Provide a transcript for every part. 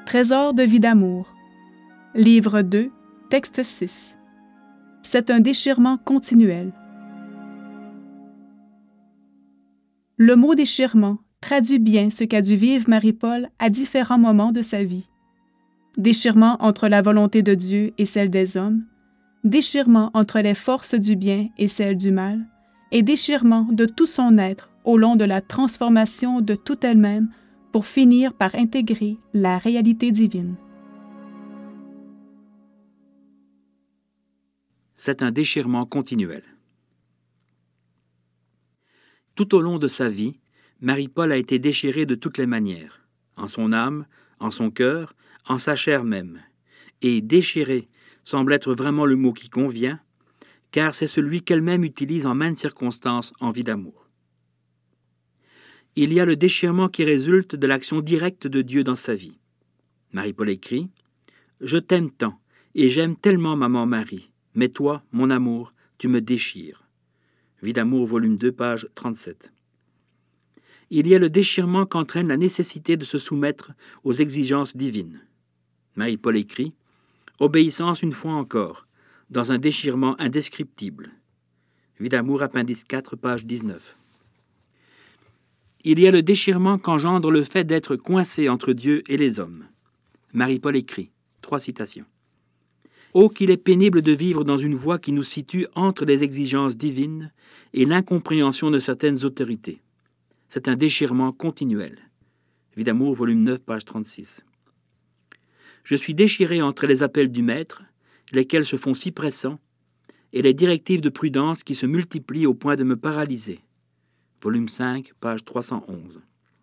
Trésor de vie d'amour. Livre 2, texte 6. C'est un déchirement continuel. Le mot déchirement traduit bien ce qu'a dû vivre Marie-Paul à différents moments de sa vie. Déchirement entre la volonté de Dieu et celle des hommes, déchirement entre les forces du bien et celles du mal, et déchirement de tout son être au long de la transformation de toute elle-même pour finir par intégrer la réalité divine. C'est un déchirement continuel. Tout au long de sa vie, Marie-Paul a été déchirée de toutes les manières, en son âme, en son cœur, en sa chair même. Et déchirée semble être vraiment le mot qui convient, car c'est celui qu'elle-même utilise en maintes circonstances en vie d'amour. Il y a le déchirement qui résulte de l'action directe de Dieu dans sa vie. Marie-Paul écrit « Je t'aime tant, et j'aime tellement maman Marie, mais toi, mon amour, tu me déchires. » Vie d'amour, volume 2, page 37. Il y a le déchirement qu'entraîne la nécessité de se soumettre aux exigences divines. Marie-Paul écrit « Obéissance une fois encore, dans un déchirement indescriptible. » Vie d'amour, appendice 4, page 19. Il y a le déchirement qu'engendre le fait d'être coincé entre Dieu et les hommes. Marie-Paul écrit, 3 citations. « Oh, qu'il est pénible de vivre dans une voie qui nous situe entre les exigences divines et l'incompréhension de certaines autorités. C'est un déchirement continuel. » Vie d'amour, volume 9, page 36. « Je suis déchiré entre les appels du Maître, lesquels se font si pressants, et les directives de prudence qui se multiplient au point de me paralyser. » Volume 5, page 311.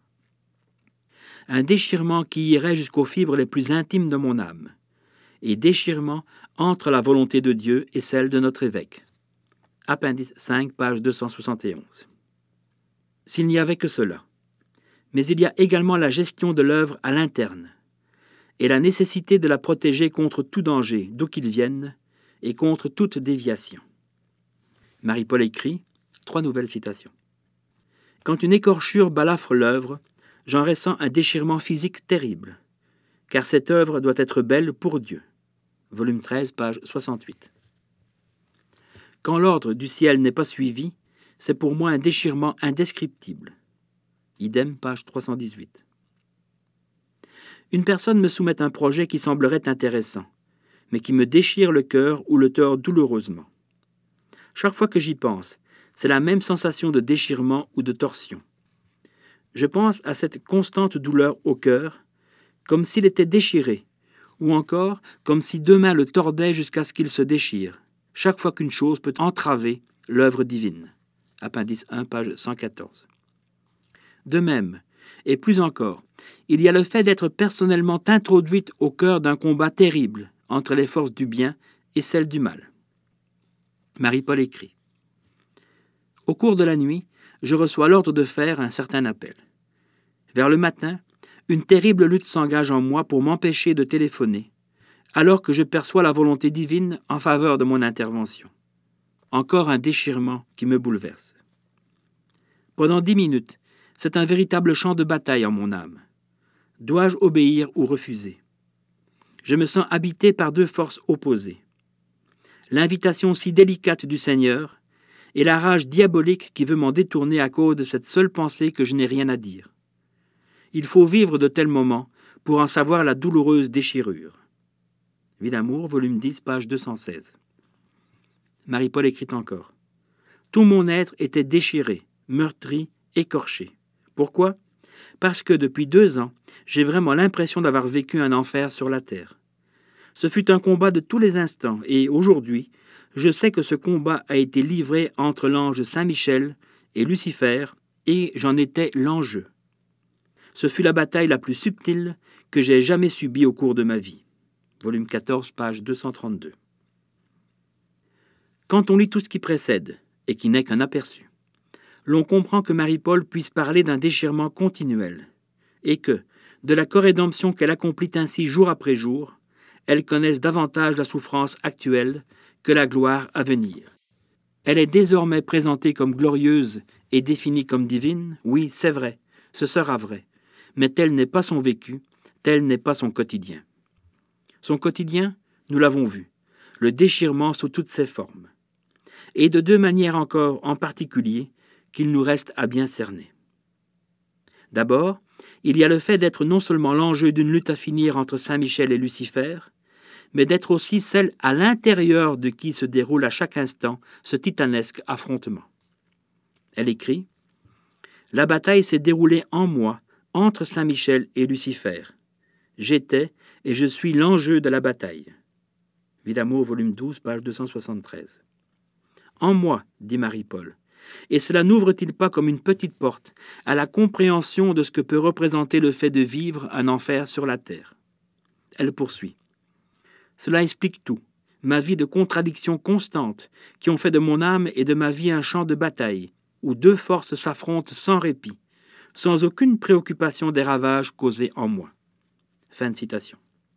Un déchirement qui irait jusqu'aux fibres les plus intimes de mon âme, et déchirement entre la volonté de Dieu et celle de notre évêque. Appendice 5, page 271. S'il n'y avait que cela. Mais il y a également la gestion de l'œuvre à l'interne, et la nécessité de la protéger contre tout danger, d'où qu'il vienne, et contre toute déviation. Marie-Paul écrit, 3 nouvelles citations. Quand une écorchure balafre l'œuvre, j'en ressens un déchirement physique terrible, car cette œuvre doit être belle pour Dieu. Volume 13, page 68. Quand l'ordre du ciel n'est pas suivi, c'est pour moi un déchirement indescriptible. Idem, page 318. Une personne me soumet un projet qui semblerait intéressant, mais qui me déchire le cœur ou le tord douloureusement. Chaque fois que j'y pense, c'est la même sensation de déchirement ou de torsion. Je pense à cette constante douleur au cœur, comme s'il était déchiré, ou encore comme si deux mains le tordaient jusqu'à ce qu'il se déchire, chaque fois qu'une chose peut entraver l'œuvre divine. Appendice 1, page 114. De même, et plus encore, il y a le fait d'être personnellement introduite au cœur d'un combat terrible entre les forces du bien et celles du mal. Marie-Paul écrit. Au cours de la nuit, je reçois l'ordre de faire un certain appel. Vers le matin, une terrible lutte s'engage en moi pour m'empêcher de téléphoner, alors que je perçois la volonté divine en faveur de mon intervention. Encore un déchirement qui me bouleverse. Pendant 10 minutes, c'est un véritable champ de bataille en mon âme. Dois-je obéir ou refuser? Je me sens habité par 2 forces opposées. L'invitation si délicate du Seigneur et la rage diabolique qui veut m'en détourner à cause de cette seule pensée que je n'ai rien à dire. Il faut vivre de tels moments pour en savoir la douloureuse déchirure. Vie d'amour, volume 10, page 216. Marie-Paul écrit encore. Tout mon être était déchiré, meurtri, écorché. Pourquoi? Parce que depuis 2 ans, j'ai vraiment l'impression d'avoir vécu un enfer sur la terre. Ce fut un combat de tous les instants et aujourd'hui, je sais que ce combat a été livré entre l'ange Saint-Michel et Lucifer et j'en étais l'enjeu. Ce fut la bataille la plus subtile que j'ai jamais subie au cours de ma vie. Volume 14, page 232. Quand on lit tout ce qui précède, et qui n'est qu'un aperçu, l'on comprend que Marie-Paul puisse parler d'un déchirement continuel, et que, de la corrédemption qu'elle accomplit ainsi jour après jour, elle connaisse davantage la souffrance actuelle que la gloire à venir. Elle est désormais présentée comme glorieuse et définie comme divine, oui, c'est vrai, ce sera vrai, mais tel n'est pas son vécu, tel n'est pas son quotidien. Son quotidien, nous l'avons vu, le déchirement sous toutes ses formes. Et de deux manières encore en particulier qu'il nous reste à bien cerner. D'abord, il y a le fait d'être non seulement l'enjeu d'une lutte à finir entre Saint Michel et Lucifer, mais d'être aussi celle à l'intérieur de qui se déroule à chaque instant ce titanesque affrontement. Elle écrit « La bataille s'est déroulée en moi, entre Saint Michel et Lucifer. J'étais et je suis l'enjeu de la bataille. » Vie d'amour, volume 12, page 273. « En moi, dit Marie-Paul, et cela n'ouvre-t-il pas comme une petite porte à la compréhension de ce que peut représenter le fait de vivre un enfer sur la terre ?» Elle poursuit. « Cela explique tout, ma vie de contradictions constantes qui ont fait de mon âme et de ma vie un champ de bataille, où deux forces s'affrontent sans répit, sans aucune préoccupation des ravages causés en moi. » Fin de citation.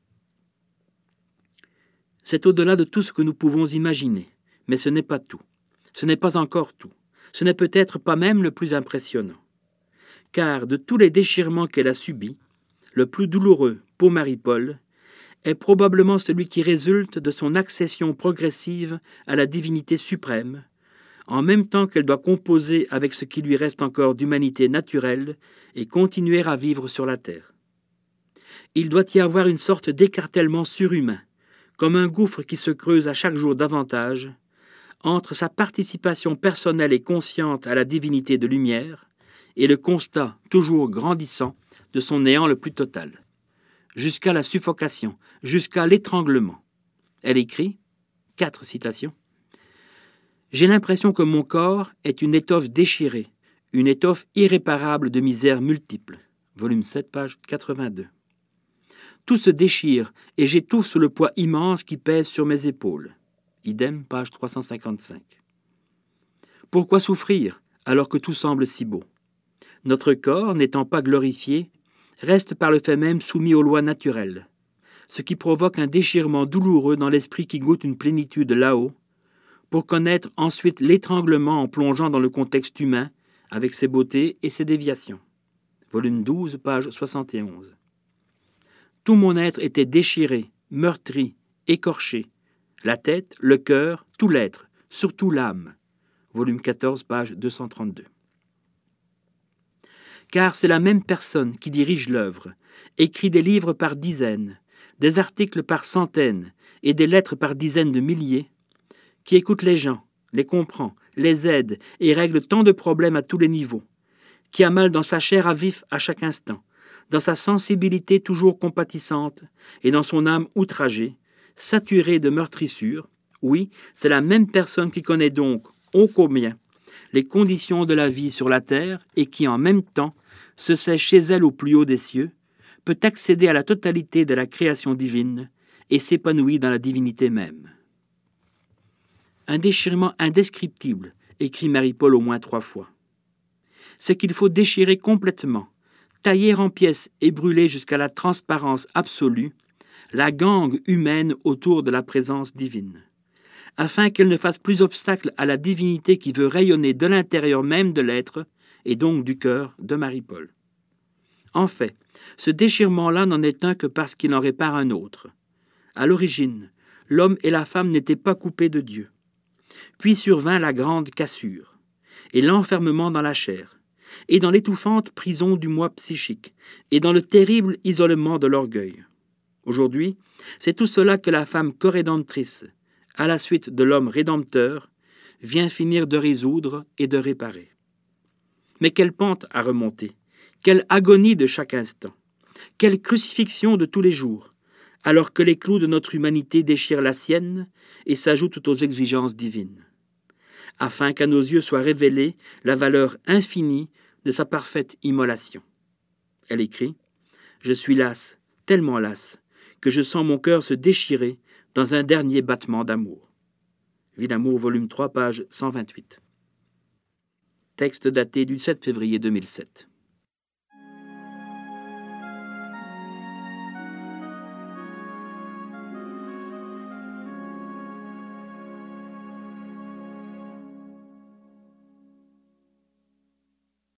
C'est au-delà de tout ce que nous pouvons imaginer, mais ce n'est pas tout. Ce n'est pas encore tout. Ce n'est peut-être pas même le plus impressionnant. Car de tous les déchirements qu'elle a subis, le plus douloureux pour Marie-Paul est probablement celui qui résulte de son accession progressive à la divinité suprême, en même temps qu'elle doit composer avec ce qui lui reste encore d'humanité naturelle et continuer à vivre sur la terre. Il doit y avoir une sorte d'écartèlement surhumain, comme un gouffre qui se creuse à chaque jour davantage, entre sa participation personnelle et consciente à la divinité de lumière et le constat toujours grandissant de son néant le plus total, jusqu'à la suffocation, jusqu'à l'étranglement. Elle écrit, 4 citations, « J'ai l'impression que mon corps est une étoffe déchirée, une étoffe irréparable de misères multiples. » Volume 7, page 82. « Tout se déchire et j'étouffe sous le poids immense qui pèse sur mes épaules. » Idem, page 355. Pourquoi souffrir alors que tout semble si beau? Notre corps, n'étant pas glorifié, reste par le fait même soumis aux lois naturelles, ce qui provoque un déchirement douloureux dans l'esprit qui goûte une plénitude là-haut, pour connaître ensuite l'étranglement en plongeant dans le contexte humain, avec ses beautés et ses déviations. Volume 12, page 71. Tout mon être était déchiré, meurtri, écorché, la tête, le cœur, tout l'être, surtout l'âme. Volume 14, page 232. Car c'est la même personne qui dirige l'œuvre, écrit des livres par dizaines, des articles par centaines et des lettres par dizaines de milliers, qui écoute les gens, les comprend, les aide et règle tant de problèmes à tous les niveaux, qui a mal dans sa chair à vif à chaque instant, dans sa sensibilité toujours compatissante et dans son âme outragée, saturée de meurtrissures. Oui, c'est la même personne qui connaît donc, ô combien, les conditions de la vie sur la terre et qui, en même temps, se sait chez elle au plus haut des cieux, peut accéder à la totalité de la création divine et s'épanouit dans la divinité même. Un déchirement indescriptible, écrit Marie-Paul au moins 3 fois. C'est qu'il faut déchirer complètement, tailler en pièces et brûler jusqu'à la transparence absolue la gangue humaine autour de la présence divine, afin qu'elle ne fasse plus obstacle à la divinité qui veut rayonner de l'intérieur même de l'être, et donc du cœur de Marie-Paul. En fait, ce déchirement-là n'en est un que parce qu'il en répare un autre. À l'origine, l'homme et la femme n'étaient pas coupés de Dieu. Puis survint la grande cassure, et l'enfermement dans la chair, et dans l'étouffante prison du moi psychique, et dans le terrible isolement de l'orgueil. Aujourd'hui, c'est tout cela que la femme corédemptrice, à la suite de l'homme rédempteur, vient finir de résoudre et de réparer. Mais quelle pente à remonter, quelle agonie de chaque instant, quelle crucifixion de tous les jours, alors que les clous de notre humanité déchirent la sienne et s'ajoutent aux exigences divines, afin qu'à nos yeux soit révélée la valeur infinie de sa parfaite immolation. Elle écrit « Je suis lasse, tellement lasse, que je sens mon cœur se déchirer dans un dernier battement d'amour. » Vie d'amour, volume 3, page 128. Texte daté du 7 février 2007.